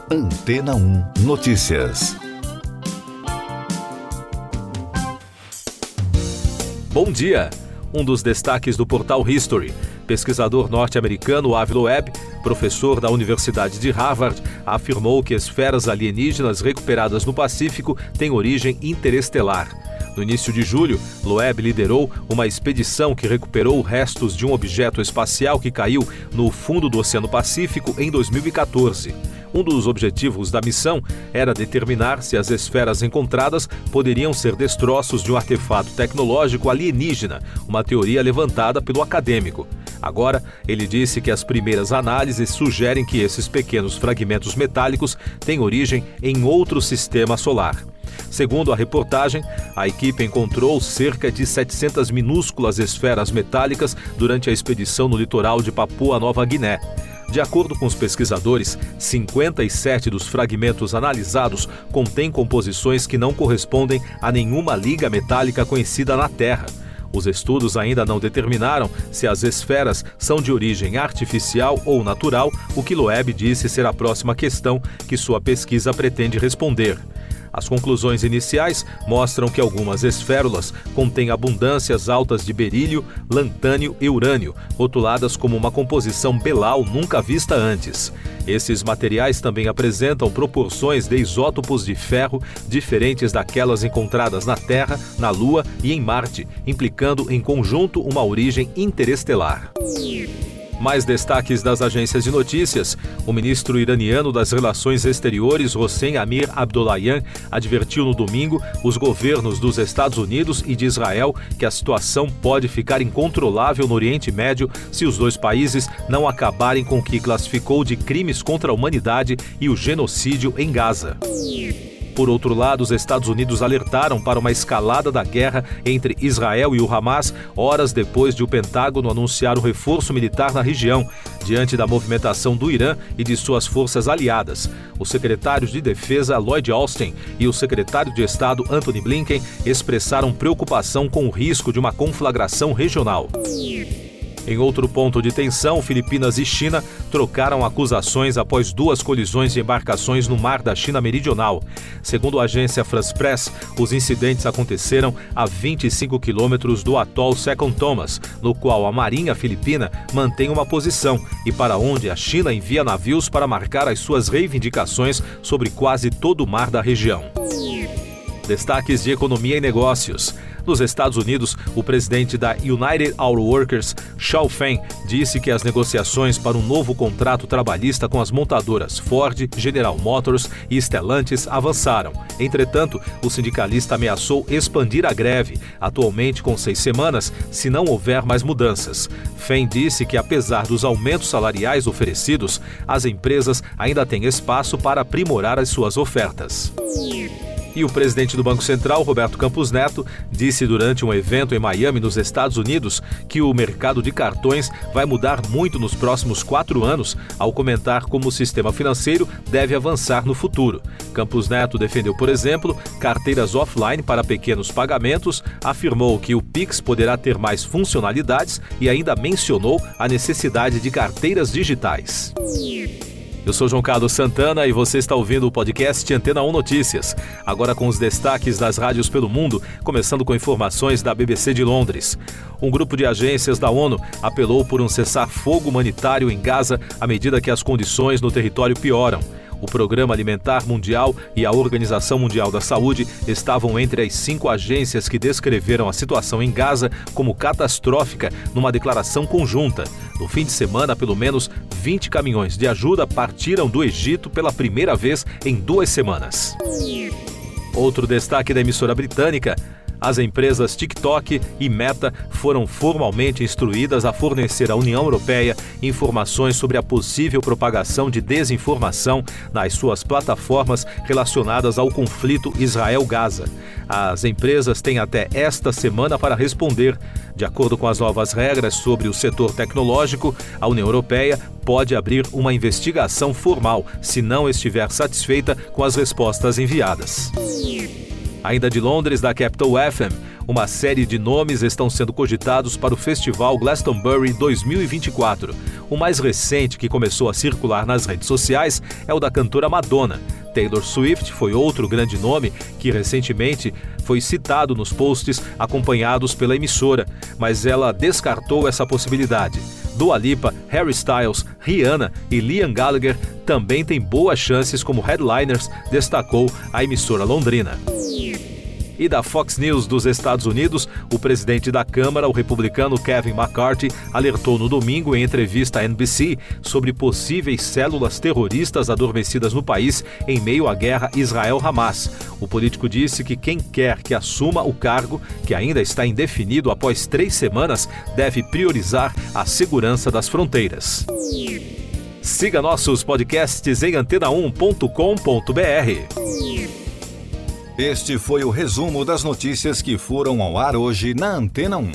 Antena 1 Notícias. Bom dia! Um dos destaques do portal History. Pesquisador norte-americano Avi Loeb, professor da Universidade de Harvard, afirmou que esferas alienígenas recuperadas no Pacífico têm origem interestelar. No início de julho, Loeb liderou uma expedição que recuperou restos de um objeto espacial que caiu no fundo do Oceano Pacífico em 2014. Um dos objetivos da missão era determinar se as esferas encontradas poderiam ser destroços de um artefato tecnológico alienígena, uma teoria levantada pelo acadêmico. Agora, ele disse que as primeiras análises sugerem que esses pequenos fragmentos metálicos têm origem em outro sistema solar. Segundo a reportagem, a equipe encontrou cerca de 700 minúsculas esferas metálicas durante a expedição no litoral de Papua Nova Guiné. De acordo com os pesquisadores, 57 dos fragmentos analisados contêm composições que não correspondem a nenhuma liga metálica conhecida na Terra. Os estudos ainda não determinaram se as esferas são de origem artificial ou natural, o que Loeb disse ser a próxima questão que sua pesquisa pretende responder. As conclusões iniciais mostram que algumas esférulas contêm abundâncias altas de berílio, lantânio e urânio, rotuladas como uma composição belal nunca vista antes. Esses materiais também apresentam proporções de isótopos de ferro diferentes daquelas encontradas na Terra, na Lua e em Marte, implicando em conjunto uma origem interestelar. Mais destaques das agências de notícias. O ministro iraniano das Relações Exteriores, Hossein Amir-Abdollahian, advertiu no domingo os governos dos Estados Unidos e de Israel que a situação pode ficar incontrolável no Oriente Médio se os dois países não acabarem com o que classificou de crimes contra a humanidade e o genocídio em Gaza. Por outro lado, os Estados Unidos alertaram para uma escalada da guerra entre Israel e o Hamas horas depois de o Pentágono anunciar o reforço militar na região, diante da movimentação do Irã e de suas forças aliadas. Os secretários de Defesa Lloyd Austin e o secretário de Estado Antony Blinken expressaram preocupação com o risco de uma conflagração regional. Em outro ponto de tensão, Filipinas e China trocaram acusações após duas colisões de embarcações no mar da China Meridional. Segundo a agência France Press, os incidentes aconteceram a 25 quilômetros do atol Second Thomas, no qual a Marinha Filipina mantém uma posição e para onde a China envia navios para marcar as suas reivindicações sobre quase todo o mar da região. Destaques de economia e negócios. Nos Estados Unidos, o presidente da United Auto Workers, Shaw Fan, disse que as negociações para um novo contrato trabalhista com as montadoras Ford, General Motors e Stellantis avançaram. Entretanto, o sindicalista ameaçou expandir a greve, atualmente com 6 semanas, se não houver mais mudanças. Fan disse que, apesar dos aumentos salariais oferecidos, as empresas ainda têm espaço para aprimorar as suas ofertas. E o presidente do Banco Central, Roberto Campos Neto, disse durante um evento em Miami, nos Estados Unidos, que o mercado de cartões vai mudar muito nos próximos 4 anos, ao comentar como o sistema financeiro deve avançar no futuro. Campos Neto defendeu, por exemplo, carteiras offline para pequenos pagamentos, afirmou que o Pix poderá ter mais funcionalidades e ainda mencionou a necessidade de carteiras digitais. Eu sou João Carlos Santana e você está ouvindo o podcast Antena 1 Notícias. Agora com os destaques das rádios pelo mundo, começando com informações da BBC de Londres. Um grupo de agências da ONU apelou por um cessar-fogo humanitário em Gaza à medida que as condições no território pioram. O Programa Alimentar Mundial e a Organização Mundial da Saúde estavam entre as 5 agências que descreveram a situação em Gaza como catastrófica numa declaração conjunta. No fim de semana, pelo menos 20 caminhões de ajuda partiram do Egito pela primeira vez em 2 semanas. Outro destaque da emissora britânica: as empresas TikTok e Meta foram formalmente instruídas a fornecer à União Europeia informações sobre a possível propagação de desinformação nas suas plataformas relacionadas ao conflito Israel-Gaza. As empresas têm até esta semana para responder. De acordo com as novas regras sobre o setor tecnológico, a União Europeia pode abrir uma investigação formal se não estiver satisfeita com as respostas enviadas. Ainda de Londres, da Capital FM, Uma série de nomes estão sendo cogitados para o Festival Glastonbury 2024. O mais recente que começou a circular nas redes sociais é o da cantora Madonna. Taylor Swift foi outro grande nome que recentemente foi citado nos posts acompanhados pela emissora, mas ela descartou essa possibilidade. Dua Lipa, Harry Styles, Rihanna e Liam Gallagher também têm boas chances como headliners, destacou a emissora londrina. E da Fox News dos Estados Unidos, o presidente da Câmara, o republicano Kevin McCarthy, alertou no domingo em entrevista à NBC sobre possíveis células terroristas adormecidas no país em meio à guerra Israel-Hamas. O político disse que quem quer que assuma o cargo, que ainda está indefinido após 3 semanas, deve priorizar a segurança das fronteiras. Siga nossos podcasts em antena1.com.br. Este foi o resumo das notícias que foram ao ar hoje na Antena 1.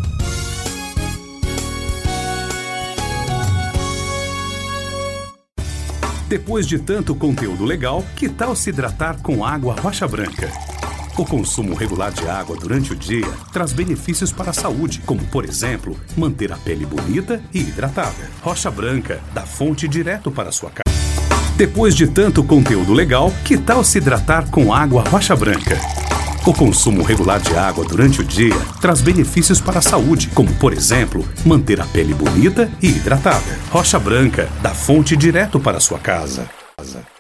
Depois de tanto conteúdo legal, que tal se hidratar com água Rocha Branca? O consumo regular de água durante o dia traz benefícios para a saúde, como, por exemplo, manter a pele bonita e hidratada. Rocha Branca, da fonte direto para a sua casa. Depois de tanto conteúdo legal, que tal se hidratar com água Rocha Branca? O consumo regular de água durante o dia traz benefícios para a saúde, como, por exemplo, manter a pele bonita e hidratada. Rocha Branca, da fonte direto para a sua casa.